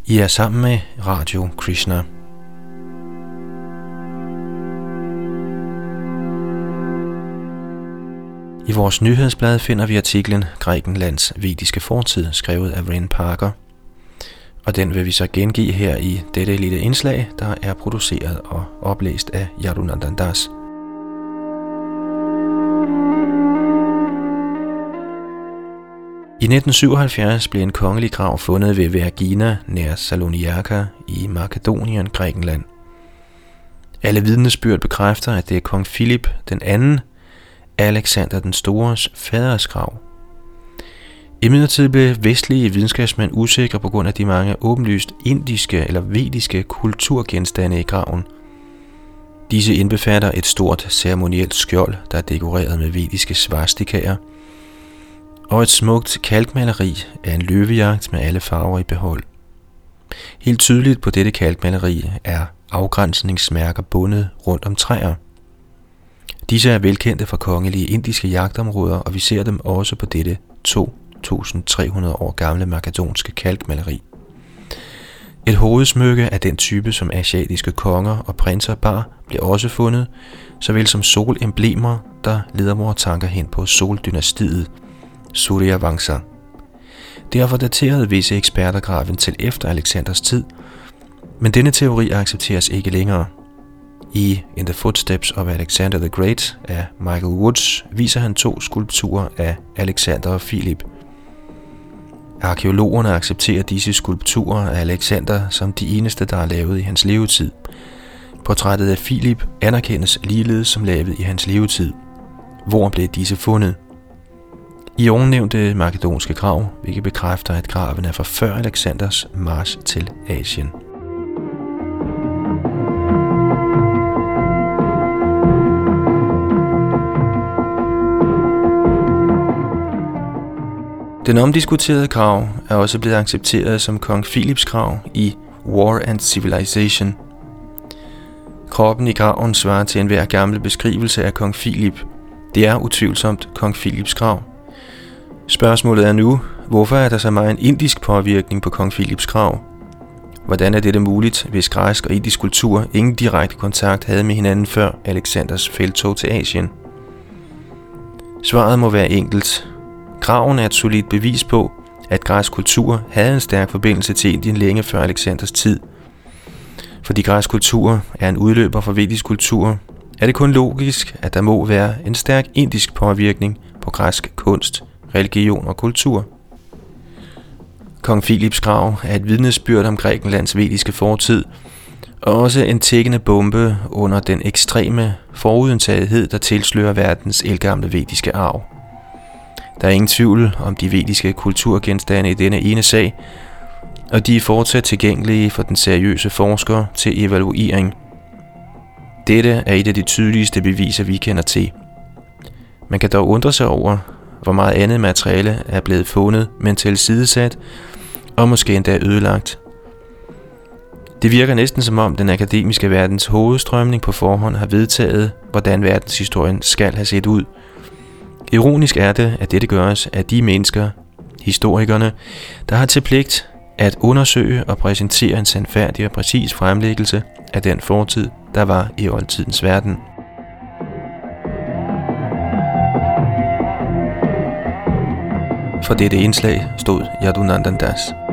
I er sammen med Radio Krishna. I vores nyhedsblad finder vi artiklen Grækenlands vediske fortid, skrevet af Wren Parker. Og den vil vi så gengive her i dette lille indslag, der er produceret og oplæst af Yadunandan Das. I 1977 blev en kongelig grav fundet ved Vergina nær Saloniaka i Makedonien, Grækenland. Alle vidnesbyrd bekræfter, at det er kong Filip den anden, Alexander den Stores faders grav. Imidlertid blev vestlige videnskabsmænd usikre på grund af de mange åbenlyst indiske eller vediske kulturgenstande i graven. Disse indbefatter et stort ceremonielt skjold, der er dekoreret med vediske svastikaer, og et smukt kalkmaleri af en løvejagt med alle farver i behold. Helt tydeligt på dette kalkmaleri er afgrænsningsmærker bundet rundt om træer. Disse er velkendte fra kongelige indiske jagtområder, og vi ser dem også på dette 2.300 år gamle makedonske kalkmaleri. Et hovedsmykke af den type, som asiatiske konger og prinser bar, bliver også fundet, såvel som solemblemer, der leder vores tanker hen på soldynastiet Surya Vamsa. Derfor daterede visse eksperter graven til efter Alexanders tid, men denne teori accepteres ikke længere. I In the Footsteps of Alexander the Great af Michael Woods viser han 2 skulpturer af Alexander og Filip. Arkæologerne accepterer disse skulpturer af Alexander som de eneste, der er lavet i hans levetid. Portrættet af Filip anerkendes ligeledes som lavet i hans levetid. Hvor blev disse fundet? I ovennævnte makedonske grav, hvilket bekræfter, at graven er fra før Alexanders march til Asien. Den omdiskuterede grav er også blevet accepteret som kong Filips grav i War and Civilization. Kroppen i graven svarer til enhver gammel beskrivelse af kong Filip. Det er utvivlsomt kong Filips grav. Spørgsmålet er nu, hvorfor er der så meget en indisk påvirkning på kong Filips grav? Hvordan er dette muligt, hvis græsk og indisk kultur ingen direkte kontakt havde med hinanden før Alexanders felttog til Asien? Svaret må være enkelt. Graven er et solidt bevis på, at græsk kultur havde en stærk forbindelse til Indien længe før Alexanders tid. Fordi græsk kultur er en udløber fra vedisk kultur, er det kun logisk, at der må være en stærk indisk påvirkning på græsk kunst, religion og kultur. Kong Filips grav er et vidnesbyrd om Grækenlands vediske fortid, og også en tikkende bombe under den ekstreme forudindtagethed, der tilslører verdens ældgamle vediske arv. Der er ingen tvivl om de vediske kulturgenstande i denne ene sag, og de er fortsat tilgængelige for den seriøse forsker til evaluering. Dette er et af de tydeligste beviser, vi kender til. Man kan dog undre sig over, hvor meget andet materiale er blevet fundet, men tilsidesat og måske endda ødelagt. Det virker næsten som om den akademiske verdens hovedstrømning på forhånd har vedtaget, hvordan verdenshistorien skal have set ud. Ironisk er det, at dette gøres af de mennesker, historikerne, der har til pligt at undersøge og præsentere en sandfærdig og præcis fremlæggelse af den fortid, der var i oldtidens verden. For dette indslag stod Yadunandan Das.